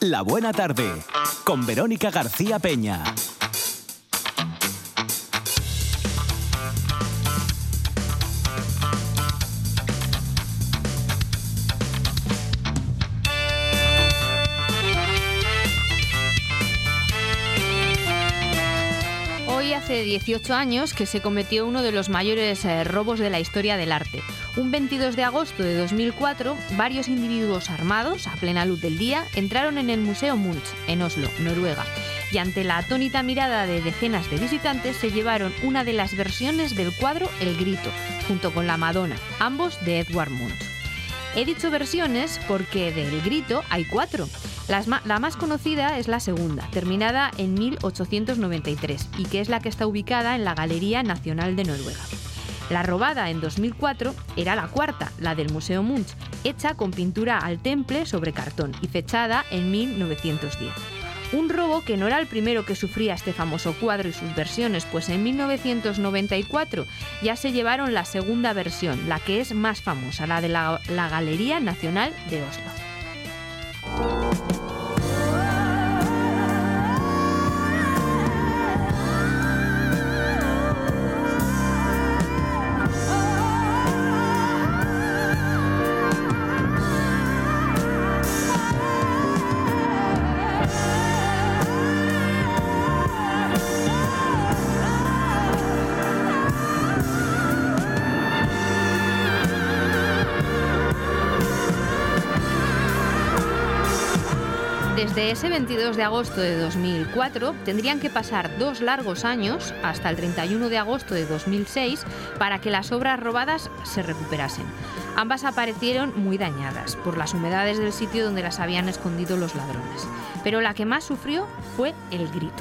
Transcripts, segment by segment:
La Buena Tarde, con Verónica García Peña. Hace 18 años que se cometió uno de los mayores robos de la historia del arte. Un 22 de agosto de 2004, varios individuos armados, a plena luz del día, entraron en el Museo Munch, en Oslo, Noruega, y ante la atónita mirada de decenas de visitantes se llevaron una de las versiones del cuadro El Grito, junto con la Madonna, ambos de Edvard Munch. He dicho versiones porque del Grito hay 4. La más conocida es la segunda, terminada en 1893, y que es la que está ubicada en la Galería Nacional de Noruega. La robada en 2004 era la cuarta, la del Museo Munch, hecha con pintura al temple sobre cartón y fechada en 1910. Un robo que no era el primero que sufría este famoso cuadro y sus versiones, pues en 1994 ya se llevaron la segunda versión, la que es más famosa, la de la Galería Nacional de Oslo. Desde ese 22 de agosto de 2004 tendrían que pasar 2 largos años, hasta el 31 de agosto de 2006, para que las obras robadas se recuperasen. Ambas aparecieron muy dañadas por las humedades del sitio donde las habían escondido los ladrones. Pero la que más sufrió fue El Grito.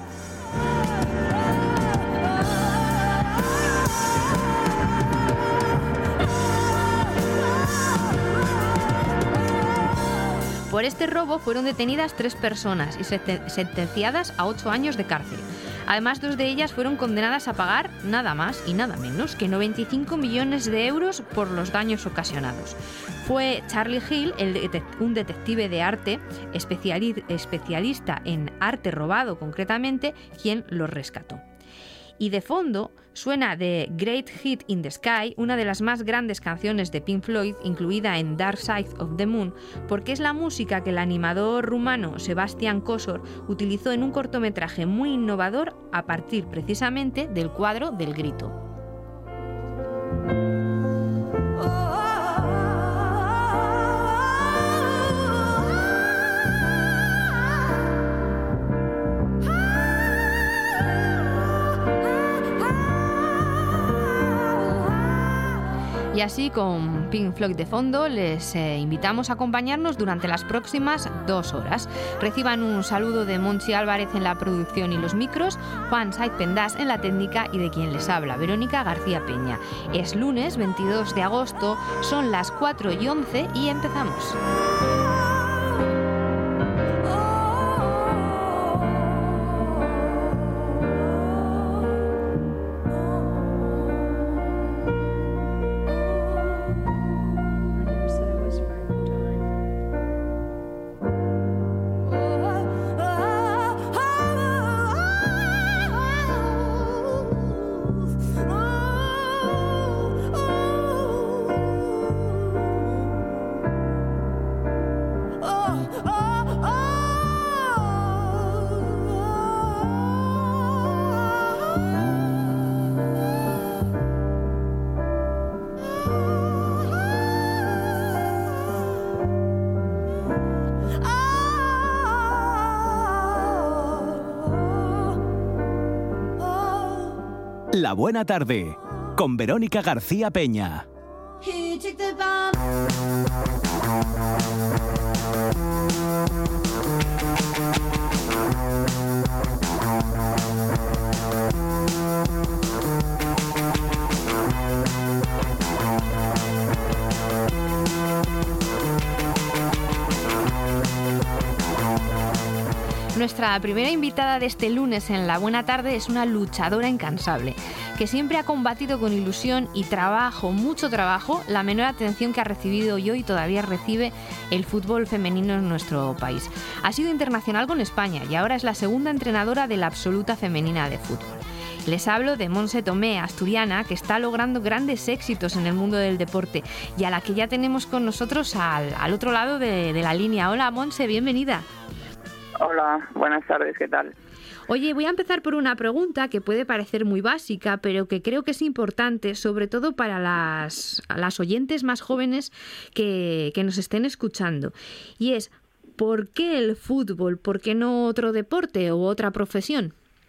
Por este robo fueron detenidas 3 personas y sentenciadas a 8 años de cárcel. Además, 2 de ellas fueron condenadas a pagar nada más y nada menos que 95 millones de euros por los daños ocasionados. Fue Charlie Hill, un detective de arte, especialista en arte robado concretamente, quien los rescató. Y de fondo suena The Great Hit in the Sky, una de las más grandes canciones de Pink Floyd, incluida en Dark Side of the Moon, porque es la música que el animador rumano Sebastian Kosor utilizó en un cortometraje muy innovador a partir precisamente del cuadro del Grito. Y así, con Pink Floyd de fondo, les invitamos a acompañarnos durante las próximas 2 horas. Reciban un saludo de Monchi Álvarez en la producción y los micros, Juan Saiz Pendas en la técnica y de quien les habla, Verónica García Peña. Es lunes 22 de agosto, son las 4:11 y empezamos. La Buena Tarde, con Verónica García Peña. Nuestra primera invitada de este lunes en La Buena Tarde es una luchadora incansable. que siempre ha combatido con ilusión y trabajo, mucho trabajo, la menor atención que ha recibido y hoy todavía recibe el fútbol femenino en nuestro país. Ha sido internacional con España y ahora es la segunda entrenadora de la absoluta femenina de fútbol. Les hablo de Montse Tomé, asturiana, que está logrando grandes éxitos en el mundo del deporte y a la que ya tenemos con nosotros al otro lado de la línea. Hola, Montse, bienvenida. Hola, buenas tardes, ¿qué tal? Oye, voy a empezar por una pregunta que puede parecer muy básica, pero que creo que es importante, sobre todo para las oyentes más jóvenes que nos estén escuchando. Y es, ¿por qué el fútbol? ¿Por qué no otro deporte o otra profesión?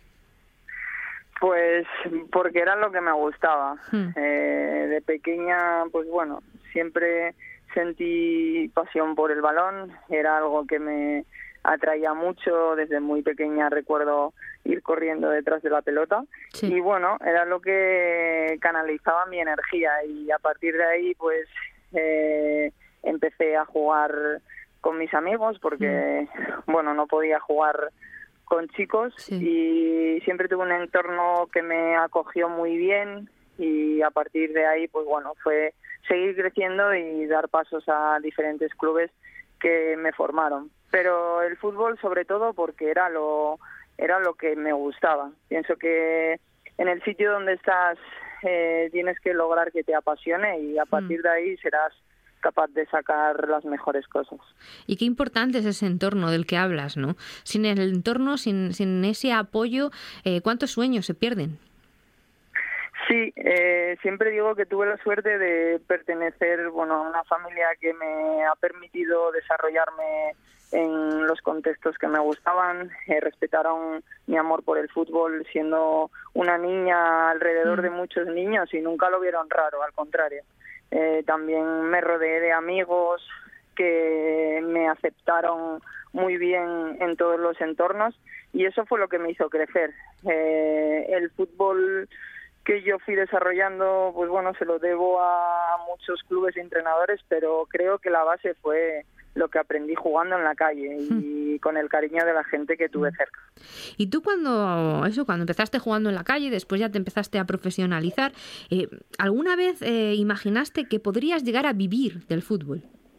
Pues porque era lo que me gustaba. De pequeña, pues bueno, siempre sentí pasión por el balón, era algo que me atraía mucho. Desde muy pequeña recuerdo ir corriendo detrás de la pelota, sí. Y bueno, era lo que canalizaba mi energía, y a partir de ahí pues empecé a jugar con mis amigos porque bueno, no podía jugar con chicos, sí. Y siempre tuve un entorno que me acogió muy bien, y a partir de ahí pues bueno, fue seguir creciendo y dar pasos a diferentes clubes que me formaron. Pero el fútbol sobre todo porque era lo que me gustaba. Pienso que en el sitio donde estás tienes que lograr que te apasione, y a partir de ahí serás capaz de sacar las mejores cosas. Y qué importante es ese entorno del que hablas, ¿no? Sin el entorno, sin ese apoyo, ¿cuántos sueños se pierden? Sí, siempre digo que tuve la suerte de pertenecer, bueno, a una familia que me ha permitido desarrollarme en los contextos que me gustaban. Respetaron mi amor por el fútbol siendo una niña alrededor de muchos niños, y nunca lo vieron raro, al contrario. También me rodeé de amigos que me aceptaron muy bien en todos los entornos, y eso fue lo que me hizo crecer. El fútbol que yo fui desarrollando, pues bueno, se lo debo a muchos clubes y entrenadores, pero creo que la base fue lo que aprendí jugando en la calle y con el cariño de la gente que tuve cerca. Y tú cuando empezaste jugando en la calle, después ya te empezaste a profesionalizar, ¿alguna vez imaginaste que podrías llegar a vivir del fútbol?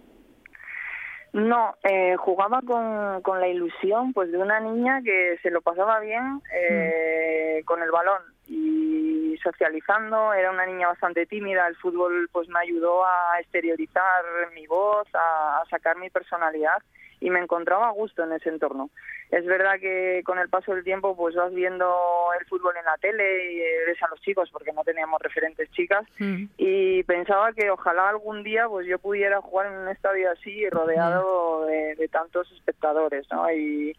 No, jugaba con la ilusión pues de una niña que se lo pasaba bien con el balón y socializando. Era una niña bastante tímida. El fútbol pues me ayudó a exteriorizar mi voz, a sacar mi personalidad, y me encontraba a gusto en ese entorno. Es verdad que con el paso del tiempo pues vas viendo el fútbol en la tele y ves a los chicos, porque no teníamos referentes chicas, y pensaba que ojalá algún día pues yo pudiera jugar en un estadio así, rodeado de tantos espectadores, ¿no?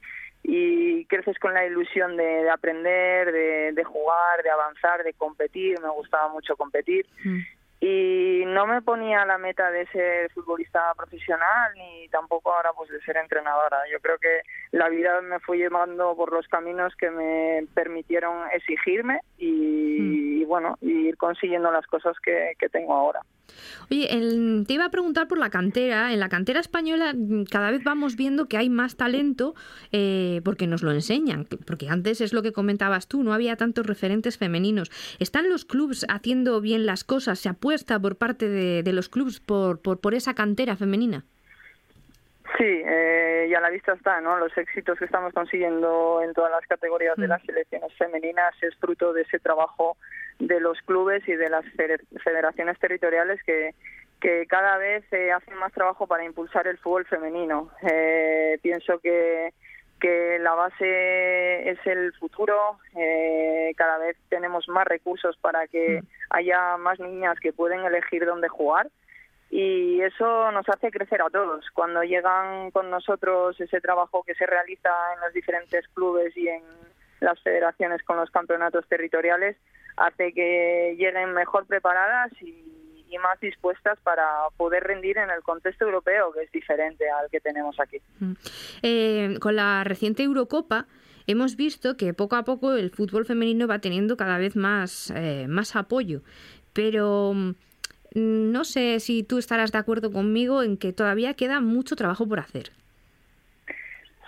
Y creces con la ilusión de aprender, de jugar, de avanzar, de competir. Me gustaba mucho competir. Y no me ponía la meta de ser futbolista profesional, ni tampoco ahora pues de ser entrenadora. Yo creo que la vida me fue llevando por los caminos que me permitieron exigirme y bueno, y ir consiguiendo las cosas que tengo ahora. Oye, te iba a preguntar por la cantera. En la cantera española cada vez vamos viendo que hay más talento, porque nos lo enseñan. Porque antes, es lo que comentabas tú, no había tantos referentes femeninos. ¿Están los clubs haciendo bien las cosas? ¿Se apuesta por parte de los clubs por esa cantera femenina? Sí, y a la vista está, ¿no? Los éxitos que estamos consiguiendo en todas las categorías de las selecciones femeninas es fruto de ese trabajo de los clubes y de las federaciones territoriales que cada vez hacen más trabajo para impulsar el fútbol femenino. Pienso que la base es el futuro. Cada vez tenemos más recursos para que haya más niñas que pueden elegir dónde jugar, y eso nos hace crecer a todos. Cuando llegan con nosotros, ese trabajo que se realiza en los diferentes clubes y en las federaciones con los campeonatos territoriales hace que lleguen mejor preparadas y más dispuestas para poder rendir en el contexto europeo, que es diferente al que tenemos aquí. Con la reciente Eurocopa hemos visto que poco a poco el fútbol femenino va teniendo cada vez más apoyo, pero no sé si tú estarás de acuerdo conmigo en que todavía queda mucho trabajo por hacer.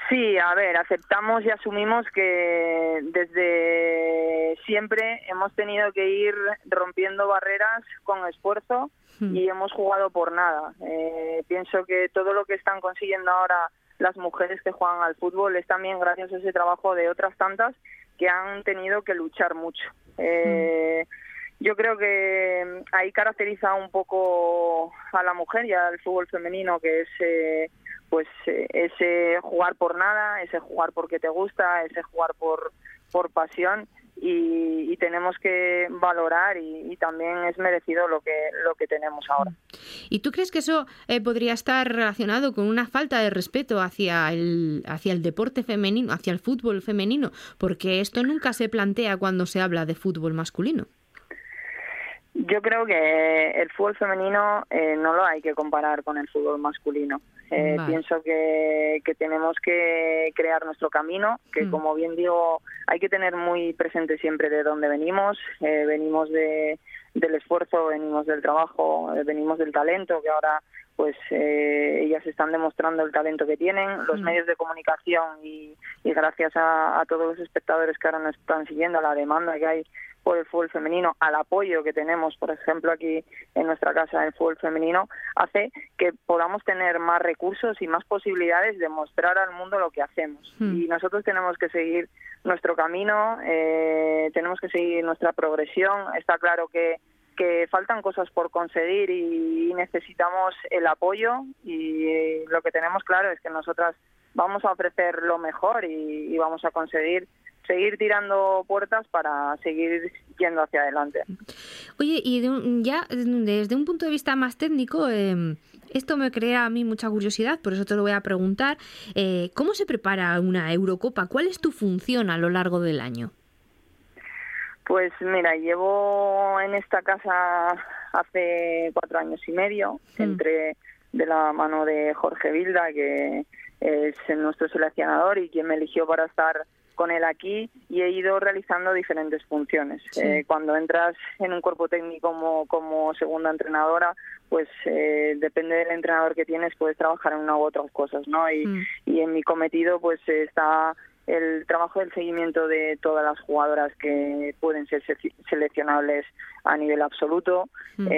Sí, a ver, aceptamos y asumimos que desde siempre hemos tenido que ir rompiendo barreras con esfuerzo y hemos jugado por nada. Pienso que todo lo que están consiguiendo ahora las mujeres que juegan al fútbol es también gracias a ese trabajo de otras tantas que han tenido que luchar mucho. Yo creo que ahí caracteriza un poco a la mujer y al fútbol femenino, que es ese jugar por nada, ese jugar porque te gusta, ese jugar por pasión, y tenemos que valorar y también es merecido lo que tenemos ahora. ¿Y tú crees que eso podría estar relacionado con una falta de respeto hacia el deporte femenino, hacia el fútbol femenino? Porque esto nunca se plantea cuando se habla de fútbol masculino. Yo creo que el fútbol femenino no lo hay que comparar con el fútbol masculino. Vale. Pienso que tenemos que crear nuestro camino, que como bien digo, hay que tener muy presente siempre de dónde venimos. Venimos del esfuerzo, venimos del trabajo, venimos del talento, que ahora pues ellas están demostrando el talento que tienen, los medios de comunicación y gracias a todos los espectadores que ahora nos están siguiendo, a la demanda que hay por el fútbol femenino, al apoyo que tenemos, por ejemplo, aquí en nuestra casa del fútbol femenino, hace que podamos tener más recursos y más posibilidades de mostrar al mundo lo que hacemos. Y nosotros tenemos que seguir nuestro camino, tenemos que seguir nuestra progresión. Está claro que faltan cosas por conseguir y necesitamos el apoyo, y lo que tenemos claro es que nosotras vamos a ofrecer lo mejor y vamos a conseguir seguir tirando puertas para seguir yendo hacia adelante. Oye, y ya desde un punto de vista más técnico, esto me crea a mí mucha curiosidad, por eso te lo voy a preguntar. ¿Cómo se prepara una Eurocopa? ¿Cuál es tu función a lo largo del año? Pues mira, llevo en esta casa hace 4 años y medio, entré de la mano de Jorge Vilda, que es nuestro seleccionador y quien me eligió para estar con él aquí, y he ido realizando diferentes funciones. Cuando entras en un cuerpo técnico como segunda entrenadora, pues depende del entrenador que tienes, puedes trabajar en una u otras cosas, ¿no? Y en mi cometido pues está el trabajo del seguimiento de todas las jugadoras que pueden ser seleccionables a nivel absoluto,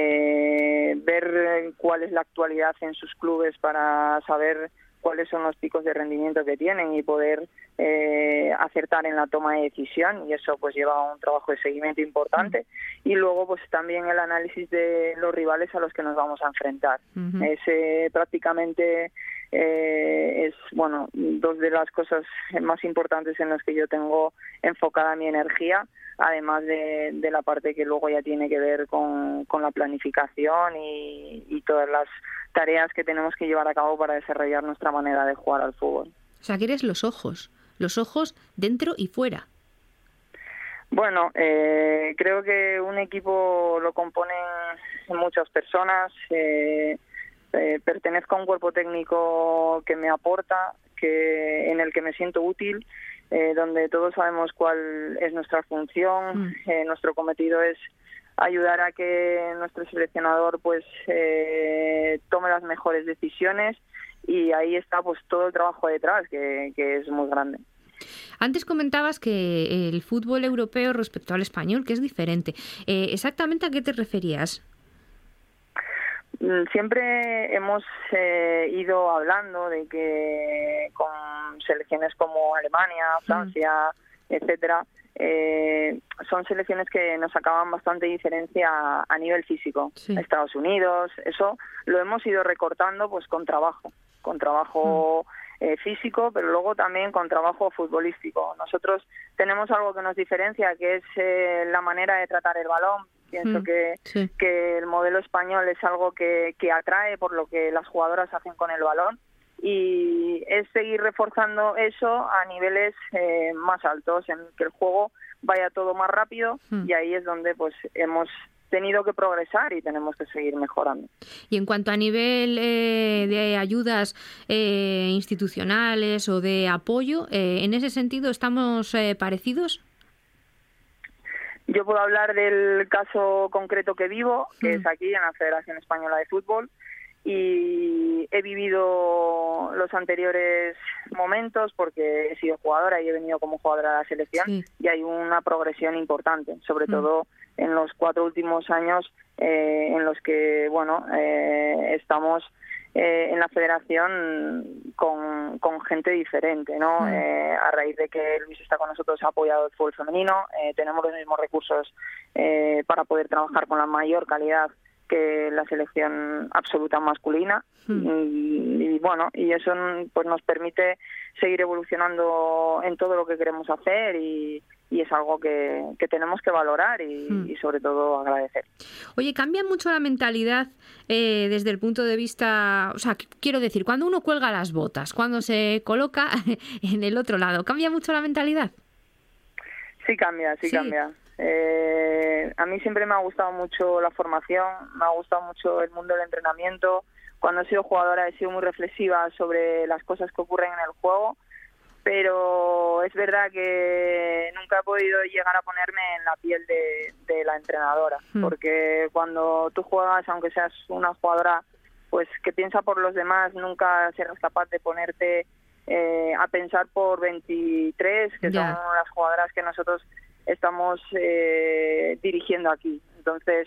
ver cuál es la actualidad en sus clubes para saber cuáles son los picos de rendimiento que tienen y poder acertar en la toma de decisión, y eso pues lleva un trabajo de seguimiento importante, y luego pues también el análisis de los rivales a los que nos vamos a enfrentar. Ese prácticamente es dos de las cosas más importantes en las que yo tengo enfocada mi energía, además de la parte que luego ya tiene que ver con la planificación y todas las tareas que tenemos que llevar a cabo para desarrollar nuestra manera de jugar al fútbol. O sea, que eres los ojos dentro y fuera. Bueno, creo que un equipo lo componen muchas personas. Pertenezco a un cuerpo técnico que me aporta, en el que me siento útil, donde todos sabemos cuál es nuestra función. Nuestro cometido es ayudar a que nuestro seleccionador pues tome las mejores decisiones, y ahí está pues todo el trabajo detrás, que es muy grande. Antes comentabas que el fútbol europeo respecto al español, que es diferente. ¿Exactamente a qué te referías? Siempre hemos ido hablando de que con selecciones como Alemania, Francia, etcétera, son selecciones que nos sacaban bastante diferencia a nivel físico. Estados Unidos, eso lo hemos ido recortando pues con trabajo físico, pero luego también con trabajo futbolístico. Nosotros tenemos algo que nos diferencia, que es la manera de tratar el balón. Pienso que el modelo español es algo que atrae por lo que las jugadoras hacen con el balón, y es seguir reforzando eso a niveles más altos, en que el juego vaya todo más rápido, y ahí es donde pues hemos tenido que progresar y tenemos que seguir mejorando. Y en cuanto a nivel de ayudas institucionales o de apoyo, en ese sentido, ¿estamos parecidos? Yo puedo hablar del caso concreto que vivo, que es aquí en la Federación Española de Fútbol, y he vivido los anteriores momentos, porque he sido jugadora y he venido como jugadora de la selección, sí. Y hay una progresión importante, sobre todo en los 4 últimos años en los que, bueno, estamos en la federación con gente diferente, ¿no? A raíz de que Luis está con nosotros, ha apoyado el fútbol femenino, tenemos los mismos recursos para poder trabajar con la mayor calidad que la selección absoluta masculina, y bueno, y eso pues nos permite seguir evolucionando en todo lo que queremos hacer, y es algo que tenemos que valorar y sobre todo agradecer. Oye, ¿cambia mucho la mentalidad desde el punto de vista, o sea, quiero decir, cuando uno cuelga las botas, cuando se coloca en el otro lado, ¿cambia mucho la mentalidad? Sí cambia. A mí siempre me ha gustado mucho la formación, me ha gustado mucho el mundo del entrenamiento. Cuando he sido jugadora he sido muy reflexiva sobre las cosas que ocurren en el juego, pero es verdad que nunca he podido llegar a ponerme en la piel de la entrenadora, porque cuando tú juegas, aunque seas una jugadora pues que piensa por los demás, nunca serás capaz de ponerte a pensar por 23, que son las jugadoras que nosotros estamos dirigiendo aquí. Entonces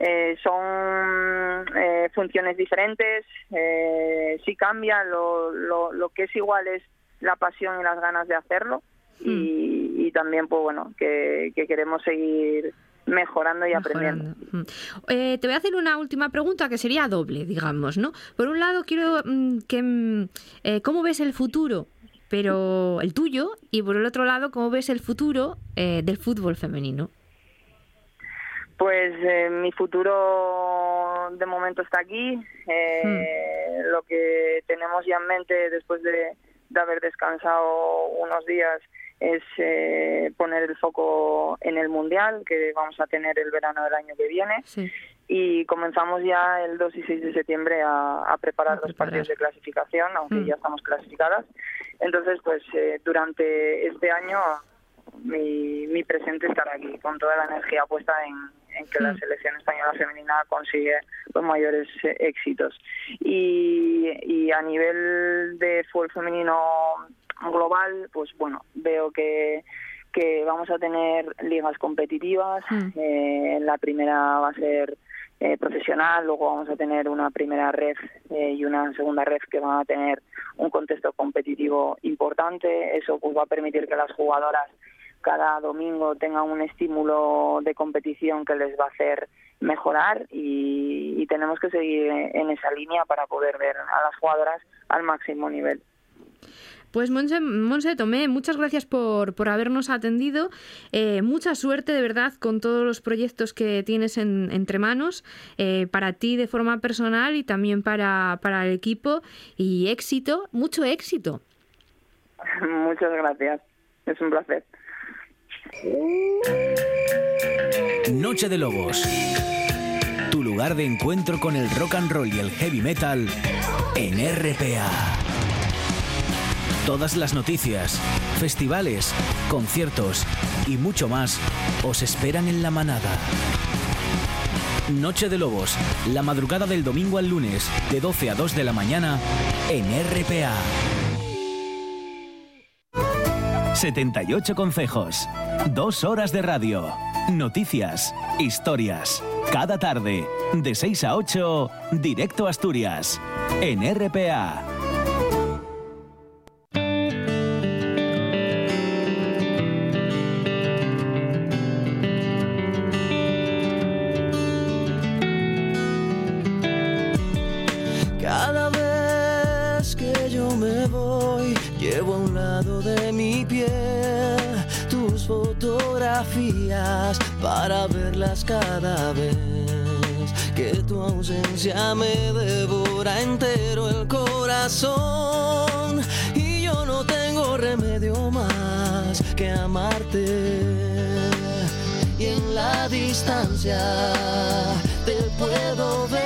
son funciones diferentes, sí cambia, lo que es igual es la pasión y las ganas de hacerlo, y también pues bueno, que queremos seguir mejorando y aprendiendo. Te voy a hacer una última pregunta que sería doble, digamos, ¿no? Por un lado quiero ¿cómo ves el futuro, pero el tuyo, y por el otro lado, ¿cómo ves el futuro del fútbol femenino? Pues mi futuro de momento está aquí. Lo que tenemos ya en mente después de haber descansado unos días es poner el foco en el Mundial, que vamos a tener el verano del año que viene. Sí. Y comenzamos ya el 2 y 6 de septiembre a preparar los partidos de clasificación, aunque ya estamos clasificadas. Entonces, pues durante este año mi presente estará aquí, con toda la energía puesta en que la selección española femenina consigue los mayores éxitos. Y a nivel de fútbol femenino global, pues bueno, veo que vamos a tener ligas competitivas. La primera va a ser profesional, luego vamos a tener una primera ref y una segunda ref que van a tener un contexto competitivo importante. Eso pues va a permitir que las jugadoras cada domingo tengan un estímulo de competición que les va a hacer mejorar, y tenemos que seguir en esa línea para poder ver a las jugadoras al máximo nivel. Pues Montse Tomé, muchas gracias por habernos atendido. Mucha suerte, de verdad, con todos los proyectos que tienes entre manos, para ti de forma personal y también para el equipo. Y éxito, mucho éxito. Muchas gracias. Es un placer. Noche de Lobos. Tu lugar de encuentro con el rock and roll y el heavy metal en RPA. Todas las noticias, festivales, conciertos y mucho más os esperan en La Manada. Noche de Lobos, la madrugada del domingo al lunes, de 12 a 2 de la mañana, en RPA. 78 concejos, 2 horas de radio, noticias, historias. Cada tarde, de 6 a 8, directo a Asturias, en RPA. Cada vez que yo me voy, llevo a un lado de mi piel tus fotografías para verlas cada vez que tu ausencia me devora entero el corazón, y yo no tengo remedio más que amarte, y en la distancia te puedo ver.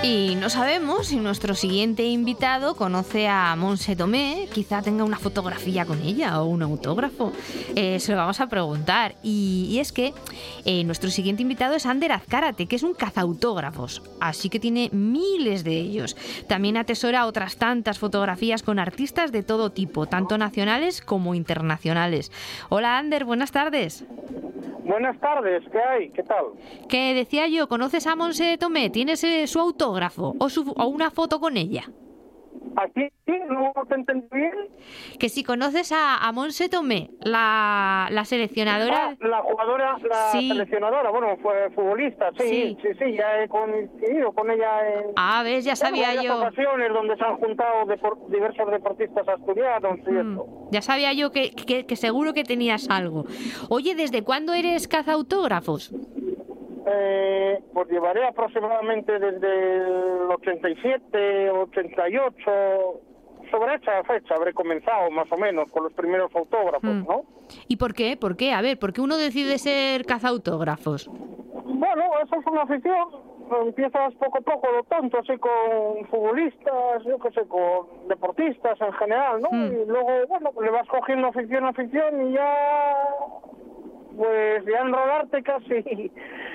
Y no sabemos si nuestro siguiente invitado conoce a Montse Tomé, quizá tenga una fotografía con ella o un autógrafo. Se lo vamos a preguntar. Y es que nuestro siguiente invitado es Ander Azcárate, que es un cazautógrafos, así que tiene miles de ellos. También atesora otras tantas fotografías con artistas de todo tipo, tanto nacionales como internacionales. Hola Ander, buenas tardes. Buenas tardes, ¿qué hay? ¿Qué tal? Que decía yo, ¿conoces a Montse Tomé? ¿Tienes su autógrafo o una foto con ella? ¿Aquí? ¿No te entendí bien? Que si conoces a Montse Tomé, la seleccionadora... La jugadora, sí. Seleccionadora, bueno, fue futbolista, sí, ya he coincidido con ella en... ves, ya sabía yo. Ocasiones donde se han juntado diversos deportistas asturianos y eso. Ya sabía yo que seguro que tenías algo. Oye, ¿desde cuándo eres cazautógrafos? Pues llevaré aproximadamente desde el 87, 88, sobre esa fecha habré comenzado más o menos con los primeros autógrafos, ¿no? ¿Y por qué? ¿Por qué? A ver, ¿por qué uno decide ser cazautógrafos? Bueno, eso es una afición. Empiezas poco a poco, lo tanto, así con futbolistas, yo qué sé, con deportistas en general, ¿no? Y luego, bueno, le vas cogiendo afición y ya, pues ya enrolarte casi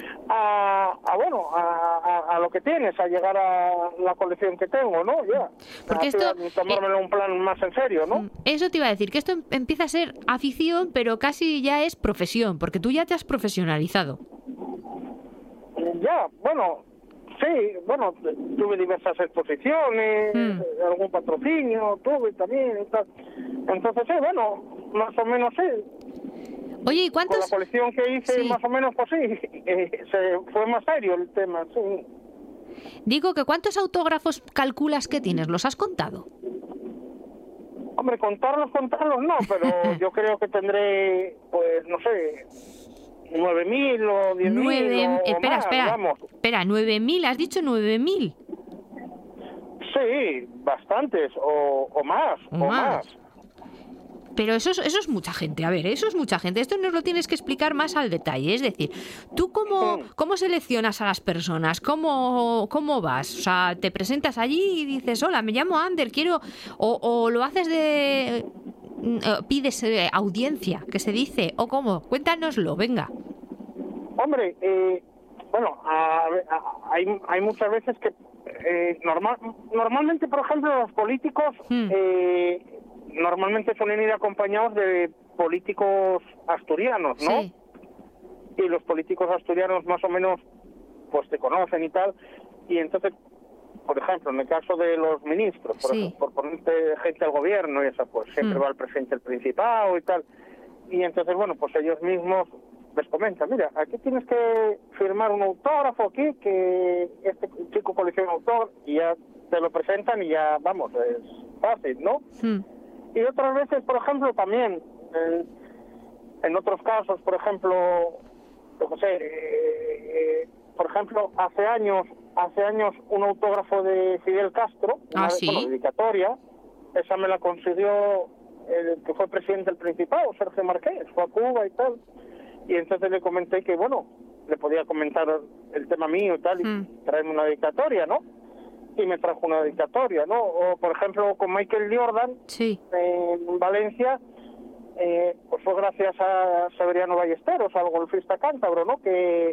a lo que tienes, a llegar a la colección que tengo, ¿no? Ya. Porque esto tomármelo un plan más en serio, ¿no? Eso te iba a decir, que esto empieza a ser afición, pero casi ya es profesión, porque tú ya te has profesionalizado. Ya, bueno, sí, bueno, tuve diversas exposiciones, algún patrocinio, tuve también y tal. Entonces, sí, bueno, más o menos sí. Oye, ¿y cuántos...? Con la colección que hice, más o menos, pues sí, se fue más serio el tema, sí. Digo que ¿cuántos autógrafos calculas que tienes? ¿Los has contado? Hombre, contarlos no, pero yo creo que tendré, pues, no sé, 9.000 o 10.000 Espera, 9.000, ¿has dicho 9.000? Sí, bastantes, o más. Pero eso es mucha gente, a ver, eso es mucha gente. Esto nos lo tienes que explicar más al detalle. Es decir, ¿tú cómo seleccionas a las personas? ¿Cómo vas? O sea, ¿te presentas allí y dices, hola, me llamo Ander, quiero... O lo haces de... pides audiencia, que se dice, o cómo? Cuéntanoslo, venga. Hombre, bueno, hay muchas veces que... normalmente, por ejemplo, los políticos... normalmente suelen ir acompañados de políticos asturianos, ¿no? Sí. Y los políticos asturianos más o menos pues te conocen y tal, y entonces, por ejemplo, en el caso de los ministros, por ponerte gente al gobierno y eso, pues siempre va el presidente del Principado y tal, y entonces, bueno, pues ellos mismos les comentan, mira, aquí tienes que firmar un autógrafo aquí, que este chico colecciona autógrafo, y ya te lo presentan y ya, vamos, es fácil, ¿no? Y otras veces, por ejemplo, también, en otros casos, por ejemplo, yo qué sé, por ejemplo, hace años un autógrafo de Fidel Castro, una dedicatoria, esa me la consiguió el que fue presidente del Principado, Sergio Marqués, fue a Cuba y tal, y entonces le comenté que, bueno, le podía comentar el tema mío y tal, y traerme una dedicatoria, ¿no? Y me trajo una dedicatoria, ¿no? O, por ejemplo, con Michael Jordan, en Valencia, pues fue gracias a Severiano Ballesteros, al golfista cántabro, ¿no? Que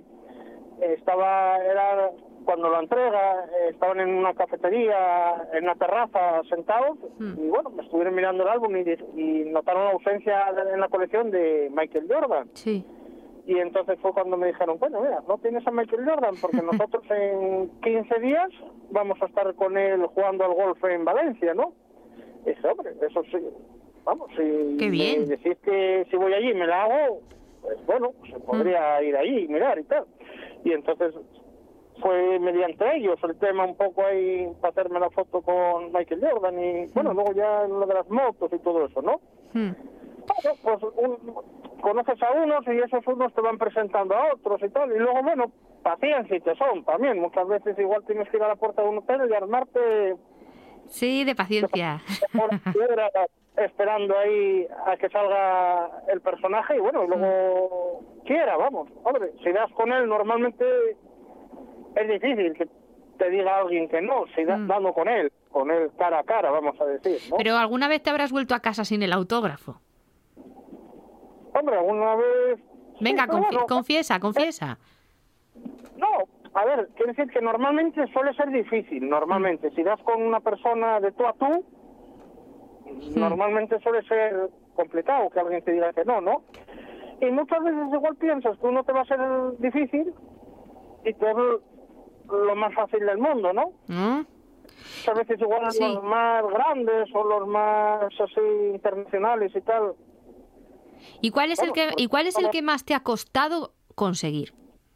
cuando lo entrega, estaban en una cafetería, en una terraza, sentados, y bueno, me estuvieron mirando el álbum y notaron la ausencia en la colección de Michael Jordan. Sí. Y entonces fue cuando me dijeron, bueno, mira, no tienes a Michael Jordan porque nosotros en 15 días vamos a estar con él jugando al golf en Valencia, ¿no? Y dije, hombre, eso sí, vamos, si qué bien. Me decís que si voy allí y me la hago, pues bueno, se podría ir ahí y mirar y tal. Y entonces fue mediante ellos el tema un poco ahí para hacerme la foto con Michael Jordan y bueno, luego ya lo de las motos y todo eso, ¿no? Bueno, pues conoces a unos y esos unos te van presentando a otros y tal, y luego, bueno, paciencia y tesón también. Muchas veces igual tienes que ir a la puerta de un hotel y armarte... Sí, de paciencia. Esperando ahí a que salga el personaje y bueno, y luego quiera, vamos. Hombre, si das con él normalmente es difícil que te diga alguien que no, si dando con él cara a cara, vamos a decir, ¿no? Pero ¿alguna vez te habrás vuelto a casa sin el autógrafo? Hombre, alguna vez... Venga, sí, bueno, confiesa. No, a ver, quiero decir que normalmente suele ser difícil, normalmente. Si das con una persona de tú a tú, normalmente suele ser complicado que alguien te diga que no, ¿no? Y muchas veces igual piensas que uno te va a ser difícil y te es lo más fácil del mundo, ¿no? Muchas veces igual los más grandes o los más así internacionales y tal. ¿Y cuál es el que más te ha costado conseguir?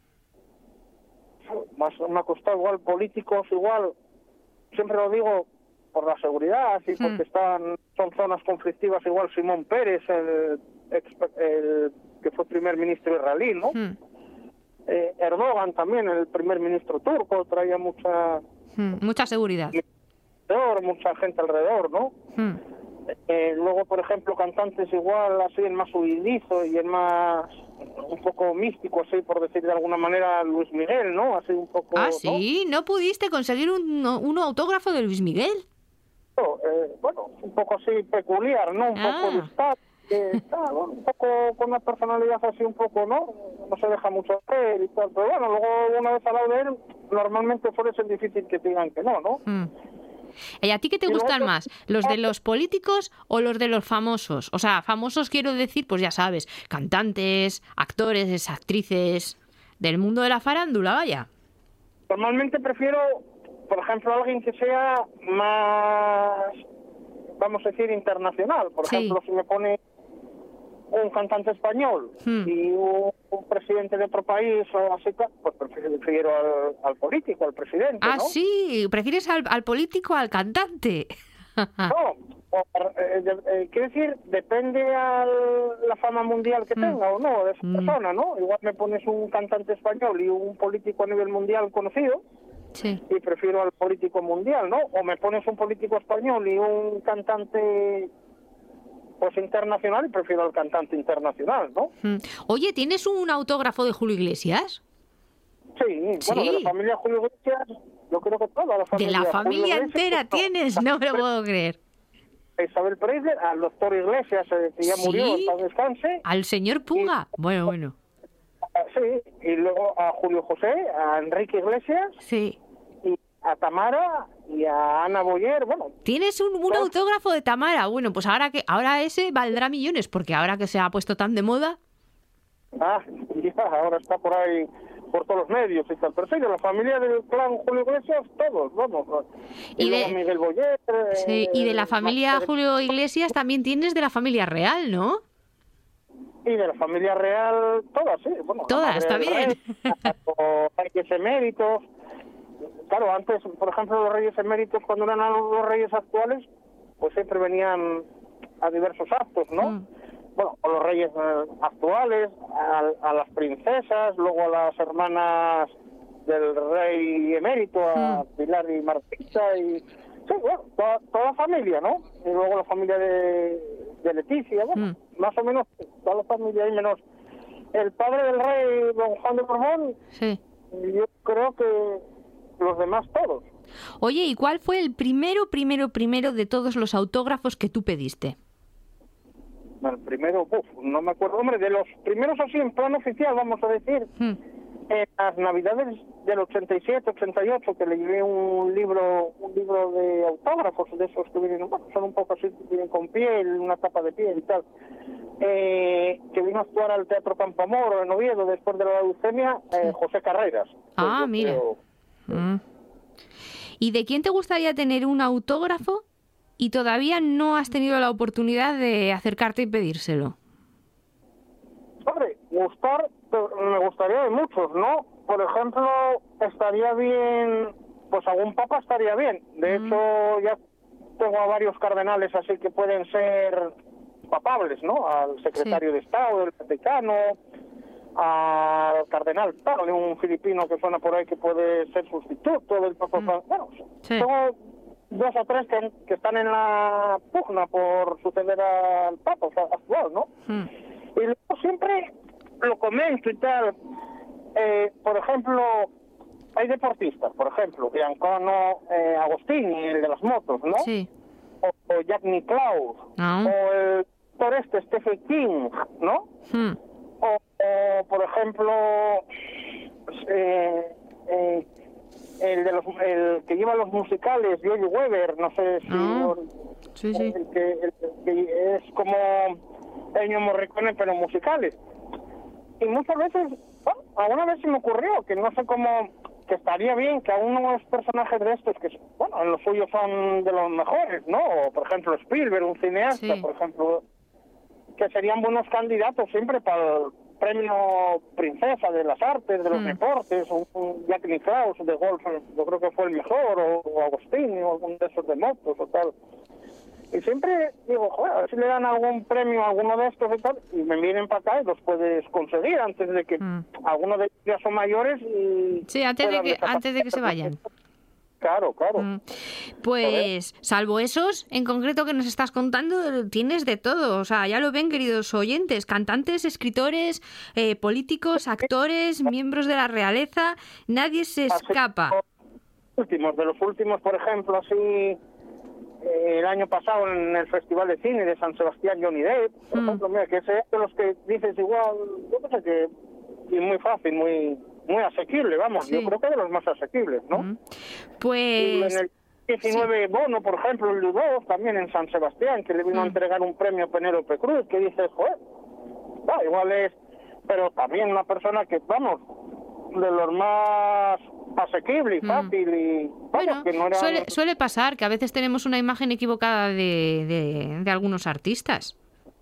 Más me ha costado igual políticos, igual, siempre lo digo, por la seguridad y porque son zonas conflictivas, igual Simón Pérez, el que fue primer ministro israelí, ¿no? Erdogan también, el primer ministro turco, traía mucha seguridad. Mucha gente alrededor, ¿no? Luego, por ejemplo, cantantes igual, así, el más huidizo y el más, un poco místico, así, por decir de alguna manera, Luis Miguel, ¿no? Así un poco... Ah, ¿sí? ¿No pudiste conseguir un autógrafo de Luis Miguel? Bueno, un poco así peculiar, ¿no? Un poco de estar, bueno, un poco con una personalidad así un poco, ¿no? No se deja mucho hacer y tal, pero bueno, luego una vez al lado de él, normalmente suele ser difícil que te digan que no, ¿no? ¿Y a ti qué te gustan más? ¿Los de los políticos o los de los famosos? O sea, famosos quiero decir, pues ya sabes, cantantes, actores, actrices, del mundo de la farándula, vaya. Normalmente prefiero, por ejemplo, alguien que sea más, vamos a decir, internacional. Por ejemplo, si me pone un cantante español y un presidente de otro país o así, pues prefiero al político, al presidente, Ah, ¿no? sí, prefieres al político al cantante. No, quiero decir, depende a la fama mundial que tenga o no de esa persona, ¿no? Igual me pones un cantante español y un político a nivel mundial conocido, y prefiero al político mundial, ¿no? O me pones un político español y un cantante pues internacional y prefiero al cantante internacional, ¿no? Oye, ¿tienes un autógrafo de Julio Iglesias? Sí, bueno, de la familia Julio Iglesias, yo creo que toda la familia. ¿De la familia entera tienes? No me lo puedo creer. Isabel Preisler, al doctor Iglesias, que ya murió, en paz descanse. Al señor Puga. Bueno. Sí, y luego a Julio José, a Enrique Iglesias. Sí. Y a Tamara y a Ana Boyer, bueno. ¿Tienes un autógrafo de Tamara? Bueno, pues ahora ese valdrá millones, porque ahora que se ha puesto tan de moda. Ya, ahora está por ahí, por todos los medios y tal. Pero sí, de la familia del clan Julio Iglesias, todos, vamos. Y luego Miguel Boyer. Sí, y de la familia Julio Iglesias también tienes de la familia real, ¿no? Y de la familia real, todas, sí. Bueno, todas, está bien. O reyes eméritos. Claro, antes, por ejemplo, los reyes eméritos, cuando eran los reyes actuales, pues siempre venían a diversos actos, ¿no? Bueno, a los reyes actuales, a las princesas, luego a las hermanas del rey emérito, a Pilar y Martita, y sí, bueno, toda la familia, ¿no? Y luego la familia de Leticia, bueno, más o menos toda la familia, y menos el padre del rey, don Juan de Borbón, yo creo que los demás todos. Oye, ¿y cuál fue el primero de todos los autógrafos que tú pediste? El primero, no me acuerdo, hombre, de los primeros así en plan oficial, vamos a decir, en las Navidades del 87, 88, que le llevé un libro de autógrafos, de esos que vienen, bueno, son un poco así, vienen con piel, una tapa de piel y tal, que vino a actuar al Teatro Campoamor en Oviedo después de la leucemia, José Carreras. Ah, mira. ¿Y de quién te gustaría tener un autógrafo y todavía no has tenido la oportunidad de acercarte y pedírselo? Hombre, me gustaría de muchos, ¿no? Por ejemplo, estaría bien, pues algún papa estaría bien. De hecho, ya tengo a varios cardenales así que pueden ser papables, ¿no? Al secretario de Estado del Vaticano, al cardenal Tagle, un filipino que suena por ahí que puede ser sustituto del Papa. Bueno, tengo 2 o 3 que están en la pugna por suceder al Papa actual, ¿no? Y luego siempre lo comento y tal. Por ejemplo, hay deportistas, por ejemplo, Giancarlo Agostini, el de las motos, ¿no? Sí. O Jack Nicklaus, o el actor Stephen King, ¿no? O por ejemplo, el que lleva los musicales, Joey Weber, no sé si... Sí. El que es como Ennio Morricone, pero musicales. Y muchas veces, alguna vez se me ocurrió que no sé cómo, que estaría bien que a unos personajes de estos, que en los suyos son de los mejores, ¿no? O, por ejemplo, Spielberg, un cineasta, por ejemplo, que serían buenos candidatos siempre para el premio Princesa de las Artes, de los deportes, un Jack Nicklaus de golf, yo creo que fue el mejor, o Agostini, o algún de esos de motos o tal. Y siempre digo, joder, a ver si le dan algún premio a alguno de estos y tal, y me vienen para acá y los puedes conseguir antes de que algunos de ellos ya son mayores y... Sí, antes de que se vayan. Claro. Pues, salvo esos, en concreto que nos estás contando, tienes de todo. O sea, ya lo ven, queridos oyentes, cantantes, escritores, políticos, actores, miembros de la realeza, nadie se escapa. De los últimos, por ejemplo, así... el año pasado en el Festival de Cine de San Sebastián, Johnny Depp, por ejemplo, mira, que ese es de los que dices igual, yo pensé que es muy fácil, muy asequible, vamos, yo creo que de los más asequibles, ¿no? Pues... Y en el 19 Bono, por ejemplo, el Ludov, también en San Sebastián, que le vino a entregar un premio a Penélope Cruz, que dices, joder, igual es, pero también una persona que, vamos, de los más asequible y fácil y vamos, que no era... suele pasar que a veces tenemos una imagen equivocada de algunos artistas.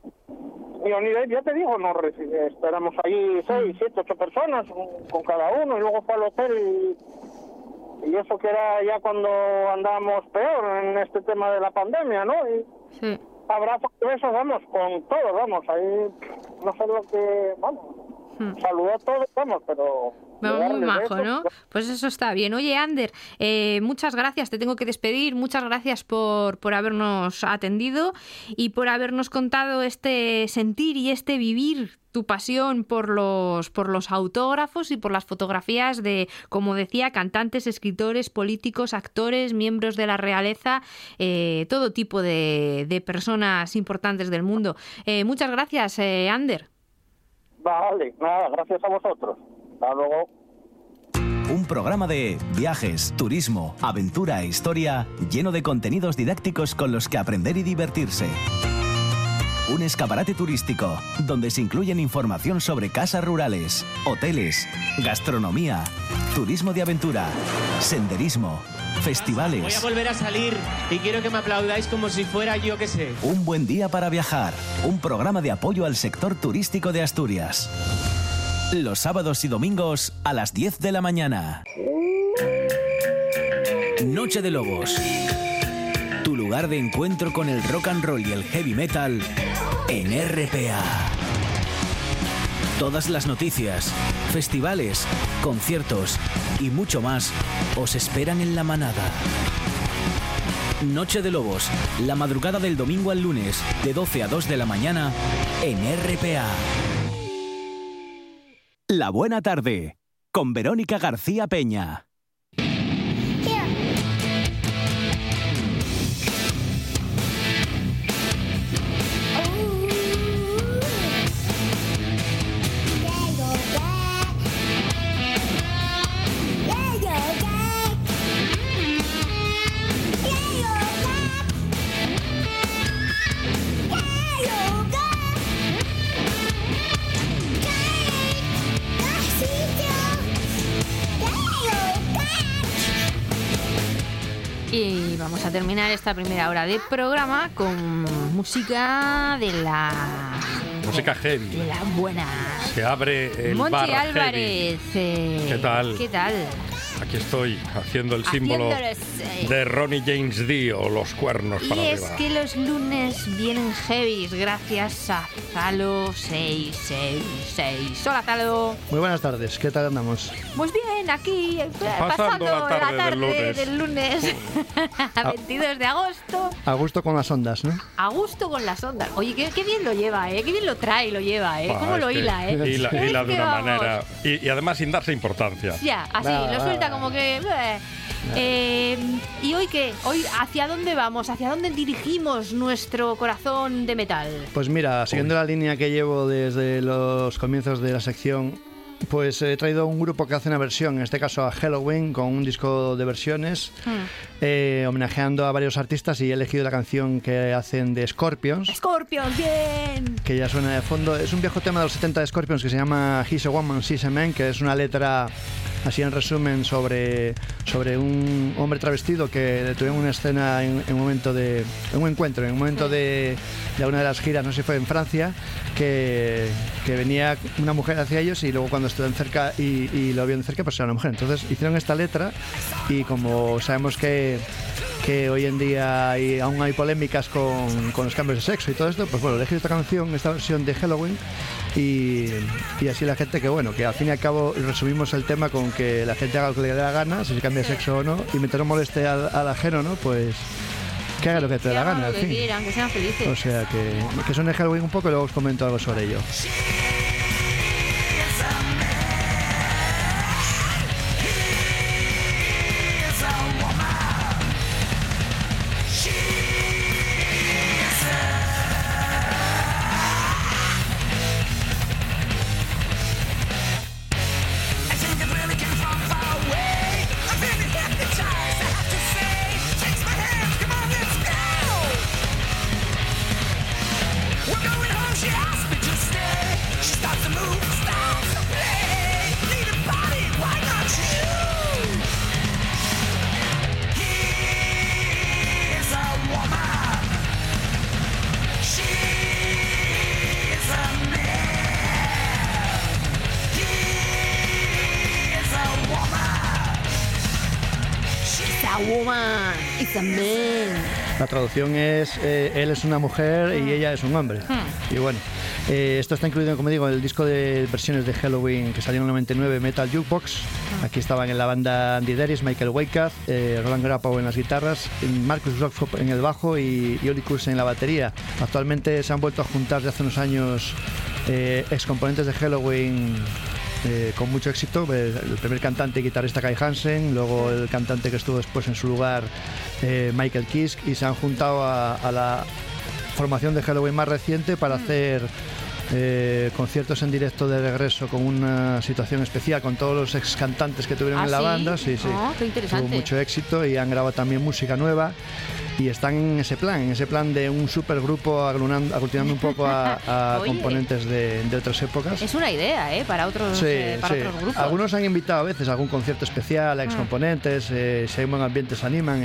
Y Johnny Depp, ya te digo, esperamos ahí 6, 7, 8 personas con cada uno y luego fue al hotel y eso que era ya cuando andábamos peor en este tema de la pandemia, ¿no? Y abrazos y besos, vamos, con todos, vamos, ahí no sé lo que, vamos, saludó a todos, vamos, pero... Muy majo, ¿no? Pues eso está bien. Oye, Ander, muchas gracias, te tengo que despedir. Muchas gracias por habernos atendido y por habernos contado este sentir y este vivir, tu pasión por los autógrafos y por las fotografías de, como decía, cantantes, escritores, políticos, actores, miembros de la realeza, todo tipo de personas importantes del mundo. Muchas gracias, Ander. Vale, nada, gracias a vosotros. Hasta luego. Un programa de viajes, turismo, aventura e historia lleno de contenidos didácticos con los que aprender y divertirse. Un escaparate turístico donde se incluyen información sobre casas rurales, hoteles, gastronomía, turismo de aventura, senderismo, festivales. Voy a volver a salir y quiero que me aplaudáis como si fuera yo que sé. Un buen día para viajar. Un programa de apoyo al sector turístico de Asturias. Los sábados y domingos a las 10 de la mañana. Noche de Lobos. Tu lugar de encuentro con el rock and roll y el heavy metal en RPA. Todas las noticias, festivales, conciertos y mucho más os esperan en La Manada. Noche de Lobos, la madrugada del domingo al lunes, de 12 a 2 de la mañana en RPA. La Buena Tarde, con Verónica García Peña. Y vamos a terminar esta primera hora de programa con música de la... Música heavy. De la buena. Se abre el Monchi bar Álvarez. ¿Qué tal? ¿Qué tal? Aquí estoy, haciendo el símbolo de Ronnie James Dio, los cuernos para arriba. Y es que los lunes vienen heavies gracias a Zalo 666. Hola, Zalo. Muy buenas tardes, ¿qué tal andamos? Pues bien. bien, aquí, pasando la tarde del lunes. A 22 de agosto. A gusto con las ondas, ¿no? A gusto con las ondas. Oye, qué bien lo lleva, ¿eh? Qué bien lo trae y lo lleva, ¿eh? ¿Cómo lo hila, eh? Hila de una manera. Y además sin darse importancia. Ya, así, lo suelta como que... ¿Y hoy qué? Hoy, ¿hacia dónde vamos? ¿Hacia dónde dirigimos nuestro corazón de metal? Pues mira, siguiendo la línea que llevo desde los comienzos de la sección, pues he traído un grupo que hace una versión, en este caso a Helloween, con un disco de versiones, homenajeando a varios artistas, y he elegido la canción que hacen de Scorpions. ¡Scorpions, bien! Que ya suena de fondo. Es un viejo tema de los 70 de Scorpions que se llama He's a Woman, She's a Man, que es una letra, así en resumen, sobre un hombre travestido que tuvo una escena en un momento de un encuentro, en un momento de una de las giras, no sé si fue en Francia, que venía una mujer hacia ellos, y luego cuando estuvieron cerca y lo vieron cerca, pues era una mujer. Entonces hicieron esta letra, y como sabemos que hoy en día aún hay polémicas con los cambios de sexo y todo esto, pues bueno, elegí esta canción, esta versión de Helloween, y así la gente que al fin y al cabo resumimos el tema con que la gente haga lo que le dé la gana, si se cambia de sexo o no, y mientras no moleste al ajeno, ¿no? Pues que haga lo que te dé la gana, al fin. Quieran, que sean felices. O sea que suene Helloween un poco y luego os comento algo sobre ello. La traducción es él es una mujer y ella es un hombre. Y bueno, esto está incluido, como digo, en el disco de versiones de Helloween que salió en el 99, Metal Jukebox. Aquí estaban en la banda Andy Deris, Michael Weikath, Roland Grappow en las guitarras, Marcus Rockford en el bajo y Oli Kurz en la batería. Actualmente se han vuelto a juntar de hace unos años excomponentes de Helloween con mucho éxito. El primer cantante y guitarrista Kai Hansen, luego el cantante que estuvo después en su lugar, Michael Kiske, y se han juntado a la formación de Helloween más reciente para hacer conciertos en directo de regreso con una situación especial con todos los ex cantantes que tuvieron en la banda. Sí. Qué interesante. Tuvo mucho éxito y han grabado también música nueva. Y están en ese plan de un supergrupo aglutinando un poco a componentes de otras épocas. Es una idea, para otros grupos. Algunos han invitado a veces a algún concierto especial a excomponentes, si hay un buen ambiente se animan.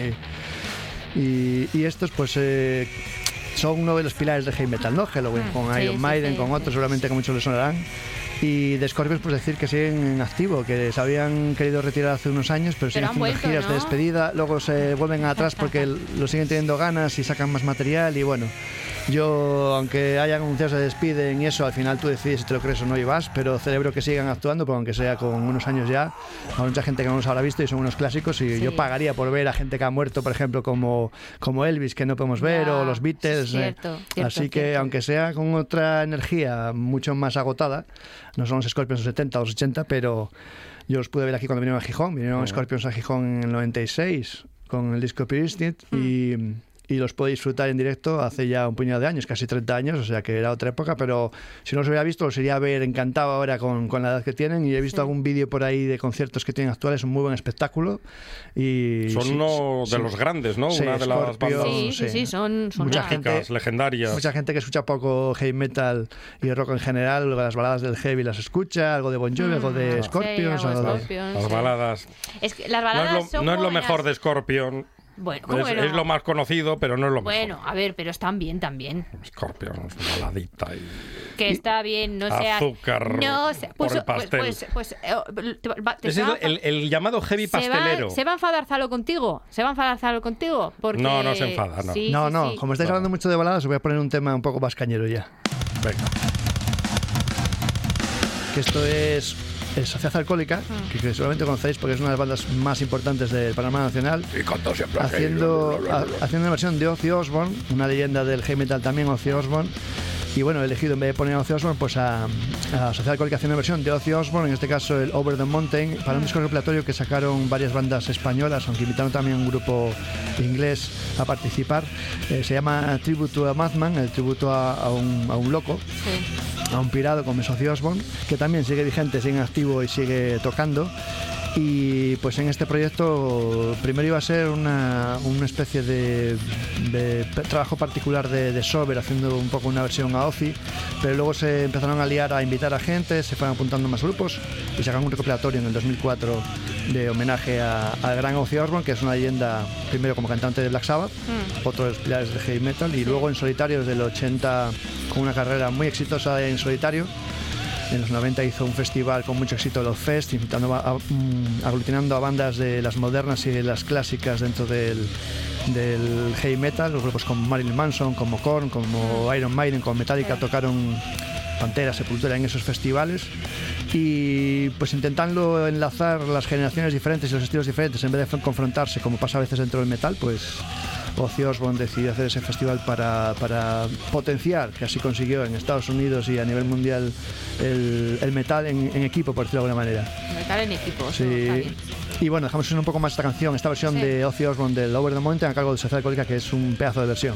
Y estos pues son uno de los pilares de heavy metal, ¿no? Helloween, con Iron Maiden, con otros, seguramente que muchos les sonarán. Y de Scorpions, pues decir que siguen en activo, que se habían querido retirar hace unos años, pero siguen haciendo giras de despedida, luego se vuelven atrás porque lo siguen teniendo ganas y sacan más material. Y bueno, yo, aunque hayan anunciado se despiden y eso, al final tú decides si te lo crees o no y vas, pero celebro que sigan actuando, porque aunque sea con unos años ya, hay mucha gente que no los habrá visto y son unos clásicos, y yo pagaría por ver a gente que ha muerto, por ejemplo, como Elvis, que no podemos ver, o los Beatles. Cierto, así que, aunque sea con otra energía mucho más agotada, no son los Scorpions de los 70 o los 80, pero yo los pude ver aquí cuando vinieron a Gijón. Vinieron Scorpions a Gijón en el 96 con el disco Pyristic, y los pude disfrutar en directo hace ya un puñado de años, casi 30 años, o sea que era otra época, pero si no los hubiera visto los iría a ver encantado ahora con la edad que tienen. Y he visto algún vídeo por ahí de conciertos que tienen actuales, un muy buen espectáculo. Y son uno de los grandes, ¿no? Sí, una de las bandas son mágicas, legendarias. Mucha gente que escucha poco heavy metal y rock en general, las baladas del heavy las escucha, algo de Bon Jovi, algo de Scorpions. Las baladas. Es que las baladas no es lo mejor de Scorpion. Bueno, es lo más conocido, pero no es lo mejor. Bueno, a ver, pero están bien también. Scorpion, baladita y... Que está bien, no sea... Azúcar por el pastel. Es el llamado heavy pastelero. ¿Se va a enfadar Zalo contigo? Porque... No se enfada, no. Sí, como estáis hablando mucho de baladas, os voy a poner un tema un poco más cañero ya. Venga. Que esto es Sociedad Alcohólica, que seguramente conocéis porque es una de las bandas más importantes del panorama nacional, haciendo una versión de Ozzy Osbourne, una leyenda del heavy metal también, Ozzy Osbourne. Y bueno, he elegido, en vez de poner a Ozzy Osbourne, pues a Sociedad Alcohólica haciendo una versión de Ozzy Osbourne, en este caso el Over the Mountain, para un disco recopilatorio que sacaron varias bandas españolas, aunque invitaron también a un grupo inglés a participar. Se llama Tribute to a Madman, el tributo a un loco, a un pirado como es Ozzy Osbourne, que también sigue vigente, sigue activo y sigue tocando. Y pues en este proyecto primero iba a ser una especie de trabajo particular de Sober, haciendo un poco una versión a Ozzy, pero luego se empezaron a liar a invitar a gente, se fueron apuntando más grupos y sacaron un recopilatorio en el 2004 de homenaje al gran Ozzy Osbourne, que es una leyenda primero como cantante de Black Sabbath, otro de los pilares de heavy metal, y luego en solitario desde el 80 con una carrera muy exitosa en solitario. En los 90 hizo un festival con mucho éxito, Love Fest, aglutinando a bandas de las modernas y de las clásicas dentro del heavy metal. Los grupos como Marilyn Manson, como Korn, como Iron Maiden, como Metallica tocaron Pantera, Sepultura en esos festivales. Y pues intentando enlazar las generaciones diferentes y los estilos diferentes en vez de confrontarse, como pasa a veces dentro del metal, pues Ozzy Osbourne decidió hacer ese festival para potenciar, que así consiguió en Estados Unidos y a nivel mundial, el metal en equipo, por decirlo de alguna manera. Metal en equipo, sí. Está bien. Y bueno, dejamos un poco más esta canción, esta versión de Ozzy Osbourne del Over the Mountain a cargo de Sociedad Alcohólica, que es un pedazo de versión.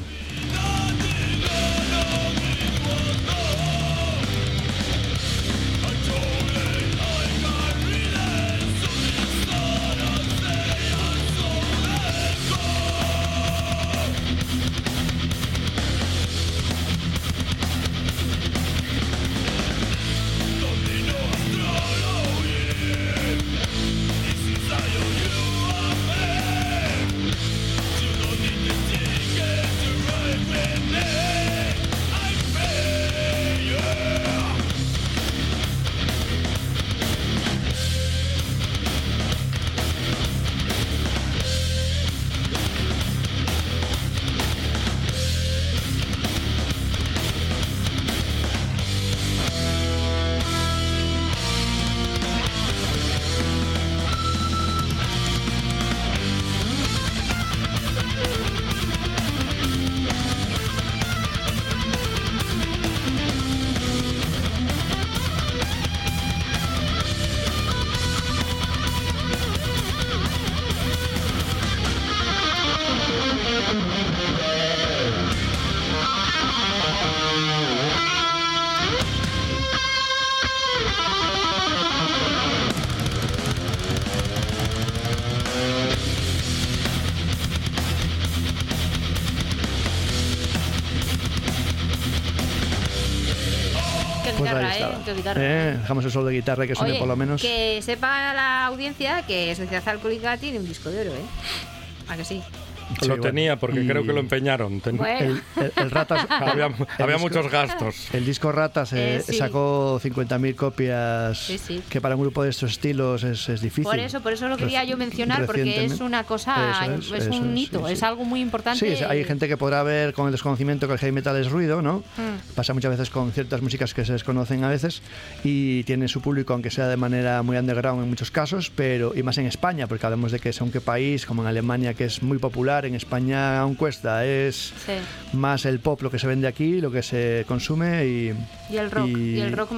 Dejamos el solo de guitarra que suene. Oye, por lo menos. Que sepa la audiencia que Sociedad Alcohólica tiene un disco de oro, ¿A que sí? Sí, lo tenía porque creo que lo empeñaron. Bueno. El Ratas había muchos gastos. El disco Ratas sacó 50.000 copias, que para un grupo de estos estilos es difícil. Por eso lo quería yo mencionar, porque es una cosa, es un hito, es algo muy importante. Sí, hay gente que podrá ver con el desconocimiento que el heavy metal es ruido, ¿no? Pasa muchas veces con ciertas músicas que se desconocen a veces y tiene su público, aunque sea de manera muy underground en muchos casos, y más en España, porque hablamos de que según qué país, como en Alemania, que es muy popular, en España aún cuesta, es más el pop lo que se vende aquí, lo que se consume y el rock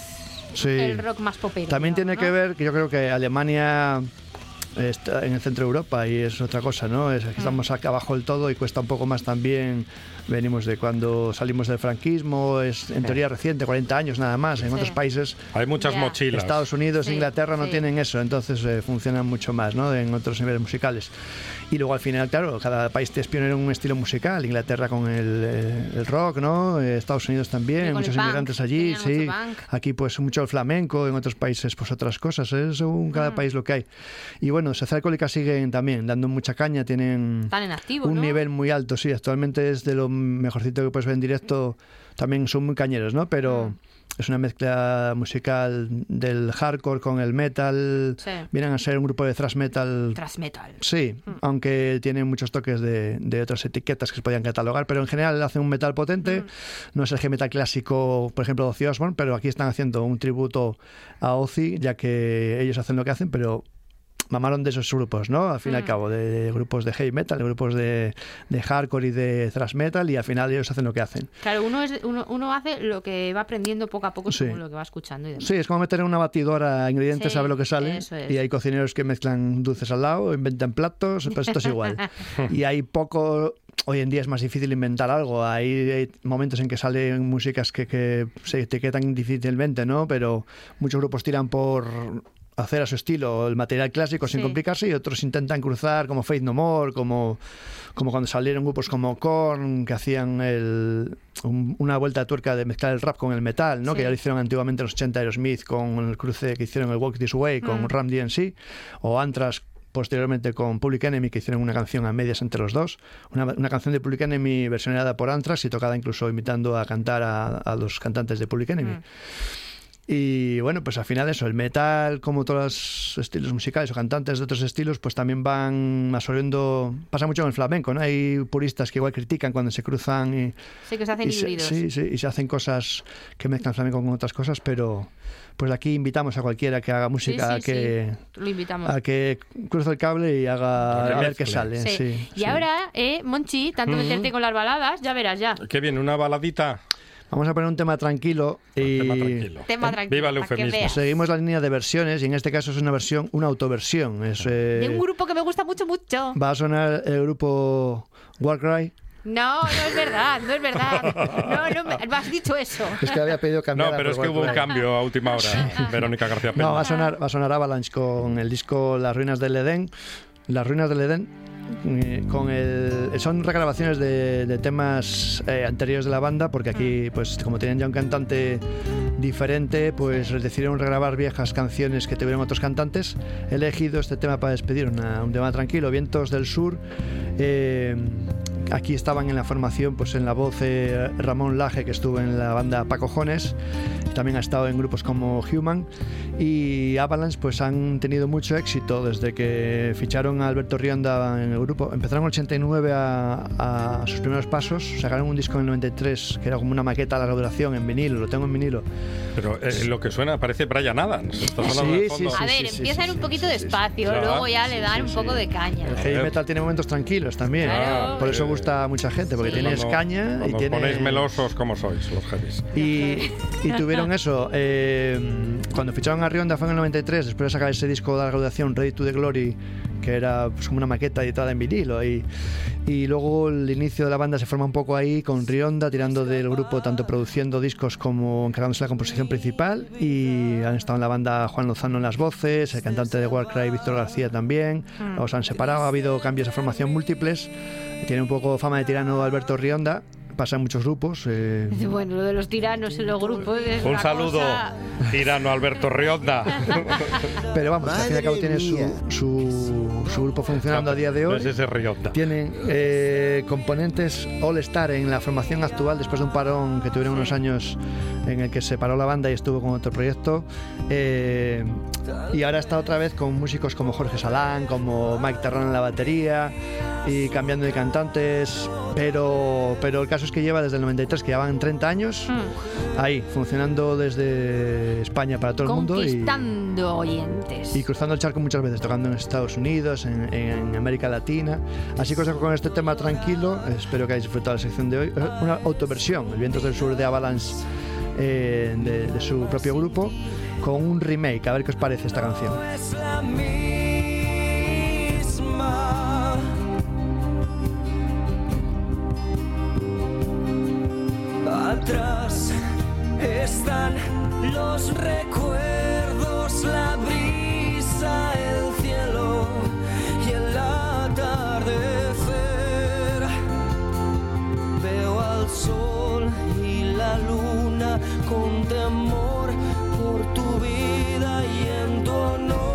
más popero. También tiene que ver que yo creo que Alemania está en el centro de Europa y es otra cosa, ¿no? Es que estamos acá abajo del todo y cuesta un poco más también. Venimos de cuando salimos del franquismo, es en teoría reciente, 40 años nada más. En otros países hay muchas mochilas. Estados Unidos, Inglaterra no tienen eso, entonces funcionan mucho más, ¿no? En otros niveles musicales. Y luego al final, claro, cada país es pionero en un estilo musical. Inglaterra con el rock, ¿no? Estados Unidos también, muchos inmigrantes allí, sí. Aquí pues mucho el flamenco, en otros países pues otras cosas, según cada país lo que hay. Y bueno, Sociedad Alcohólica siguen también dando mucha caña, tienen están en activo, un nivel muy alto, sí, actualmente es de lo mejorcito que puedes ver en directo, también son muy cañeros, ¿no? Pero es una mezcla musical del hardcore con el metal. Sí. Vienen a ser un grupo de thrash metal. Thrash metal. Sí, aunque tienen muchos toques de otras etiquetas que se podían catalogar, pero en general hacen un metal potente. No es el heavy metal clásico, por ejemplo, de Ozzy Osbourne, pero aquí están haciendo un tributo a Ozzy, ya que ellos hacen lo que hacen, pero mamaron de esos grupos, ¿no? Al fin y al cabo, de grupos de heavy metal, de grupos de hardcore y de thrash metal, y al final ellos hacen lo que hacen. Claro, uno hace lo que va aprendiendo poco a poco según lo que va escuchando y demás. Sí, es como meter en una batidora ingredientes, sabe lo que sale, y hay cocineros que mezclan dulces al lado, inventan platos, pues esto es igual. Y hay poco... Hoy en día es más difícil inventar algo. Hay momentos en que salen músicas que se etiquetan difícilmente, ¿no? Pero muchos grupos tiran por hacer a su estilo el material clásico sin complicarse, y otros intentan cruzar, como Faith No More, como cuando salieron grupos como Korn, que hacían una vuelta de tuerca de mezclar el rap con el metal, ¿no? Que ya lo hicieron antiguamente en los 80 Aerosmith con el cruce que hicieron el Walk This Way con Ram DMC, o Anthrax posteriormente con Public Enemy, que hicieron una canción a medias entre los dos, una canción de Public Enemy versionada por Anthrax y tocada incluso imitando a cantar a los cantantes de Public Enemy. Y bueno, pues al final eso, el metal, como todos los estilos musicales o cantantes de otros estilos, pues también van absorbiendo. Pasa mucho en el flamenco, ¿no? Hay puristas que igual critican cuando se cruzan y que se hacen híbridos. Sí, y se hacen cosas que mezclan flamenco con otras cosas, pero pues aquí invitamos a cualquiera que haga música lo invitamos a que cruce el cable y haga a ver qué sale. Y ahora, Monchi, tanto meterte con las baladas, ya verás ya. Qué bien, una baladita. Vamos a poner un tema tranquilo Tema tranquilo. Viva el eufemismo. Seguimos la línea de versiones y en este caso es una autoversión. De un grupo que me gusta mucho. Va a sonar el grupo Warcry. No es verdad. No me has dicho eso. Es que había pedido cambiar. No, pero es que hubo un cambio a última hora. Verónica García Pérez. No, va a sonar Avalanche con el disco Las Ruinas del Edén. Son regrabaciones de temas anteriores de la banda, porque aquí, pues como tenían ya un cantante diferente, pues decidieron regrabar viejas canciones que tuvieron otros cantantes. He elegido este tema para despedir, un tema tranquilo, Vientos del Sur. Aquí estaban en la formación, pues en la voz Ramón Laje, que estuvo en la banda Pacojones, también ha estado en grupos como Human, y Avalanche pues han tenido mucho éxito desde que ficharon a Alberto Rionda en el grupo. Empezaron en el 89 a sus primeros pasos, sacaron un disco en el 93 que era como una maqueta a larga duración en vinilo, lo tengo en vinilo. Pero lo que suena parece Bryan Adams. Sí. A ver, empiezan un poquito despacio, luego ya le dan un poco de caña. El heavy metal tiene momentos tranquilos también, por eso gusta a mucha gente, porque tienes caña y tienes... ponéis melosos como sois los heavies. Y tuvieron eso, cuando ficharon a Rionda fue en el 93, después de sacar ese disco de larga duración, Ready to the Glory, que era pues como una maqueta editada en vinilo, y luego el inicio de la banda se forma un poco ahí con Rionda tirando del grupo, tanto produciendo discos como encargándose de la composición principal, y han estado en la banda Juan Lozano en las voces, el cantante de Warcry Víctor García también. Luego se han separado, ha habido cambios de formación múltiples, tiene un poco fama de tirano Alberto Rionda. Pasa en muchos grupos. Bueno, lo de los tiranos en los grupos es un saludo, tirano Alberto Rionda. Pero vamos, al fin y al cabo tiene su grupo funcionando a día de hoy. No es ese Rionda. Tienen componentes all-star en la formación actual, después de un parón que tuvieron unos años en el que se paró la banda y estuvo con otro proyecto. Y ahora está otra vez con músicos como Jorge Salán, como Mike Terrón en la batería, y cambiando de cantantes, pero el caso es que lleva desde el 93, que ya van 30 años ahí, funcionando desde España para todo el mundo, conquistando oyentes y cruzando el charco muchas veces, tocando en Estados Unidos, en América Latina. Así que os dejo con este tema tranquilo, espero que hayáis disfrutado la sección de hoy, una autoversión, El Vientos del Sur de Avalanche, de su propio grupo, con un remake, a ver qué os parece esta canción. Atrás están los recuerdos, la brisa, el cielo y el atardecer. Veo al sol y la luna con temor por tu vida y en tu honor.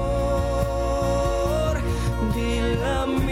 Dile a mí.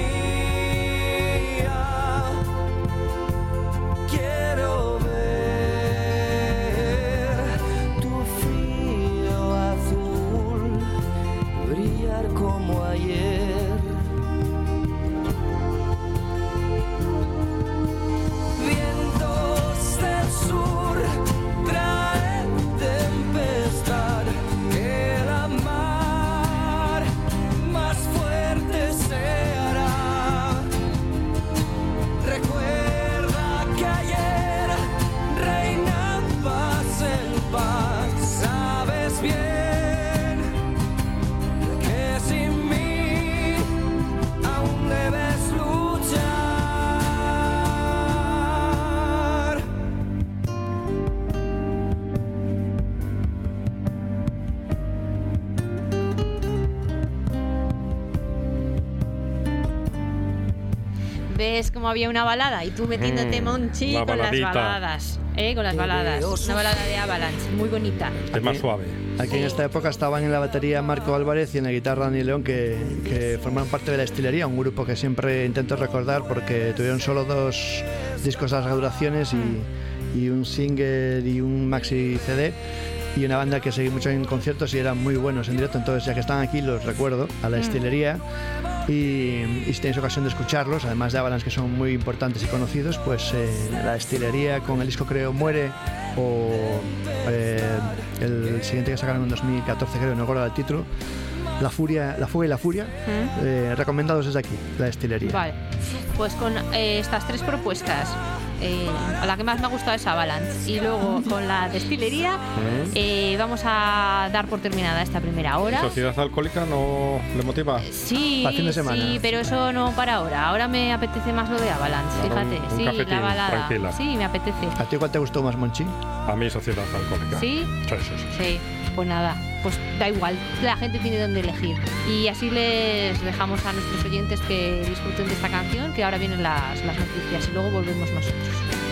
¿Ves cómo había una balada? Y tú metiéndote, Monchi, con las baladas. Con las baladas. Una balada de Avalanche, muy bonita. Es más suave. Aquí en esta época estaban en la batería Marco Álvarez y en la guitarra Dani León, que formaron parte de La Estilería, un grupo que siempre intento recordar porque tuvieron solo 2 discos de larga duraciones y un single y un maxi CD, y una banda que seguí mucho en conciertos y eran muy buenos en directo. Entonces, ya que están aquí, los recuerdo a La Estilería. Y si tenéis ocasión de escucharlos, además de Avalanche, que son muy importantes y conocidos, pues La Estilería con el disco Creo Muere, o el siguiente que sacaron en 2014, creo, no recuerdo el título, La Fuga y la Furia, recomendados desde aquí, La Estilería. Vale, pues con estas 3 propuestas, a la que más me ha gustado es Avalanche, y luego con La Destilería vamos a dar por terminada esta primera hora. ¿Sociedad Alcohólica no le motiva? Sí, para fin de semana. Sí, pero eso no para ahora. Ahora me apetece más lo de Avalanche, fíjate. Un cafetín, la balada. tranquila. Sí, me apetece. ¿A ti cuál te gustó más, Monchi? A mí Sociedad Alcohólica. ¿Sí? Sí. Pues nada, pues da igual, la gente tiene donde elegir. Y así les dejamos a nuestros oyentes que disfruten de esta canción, que ahora vienen las noticias y luego volvemos nosotros.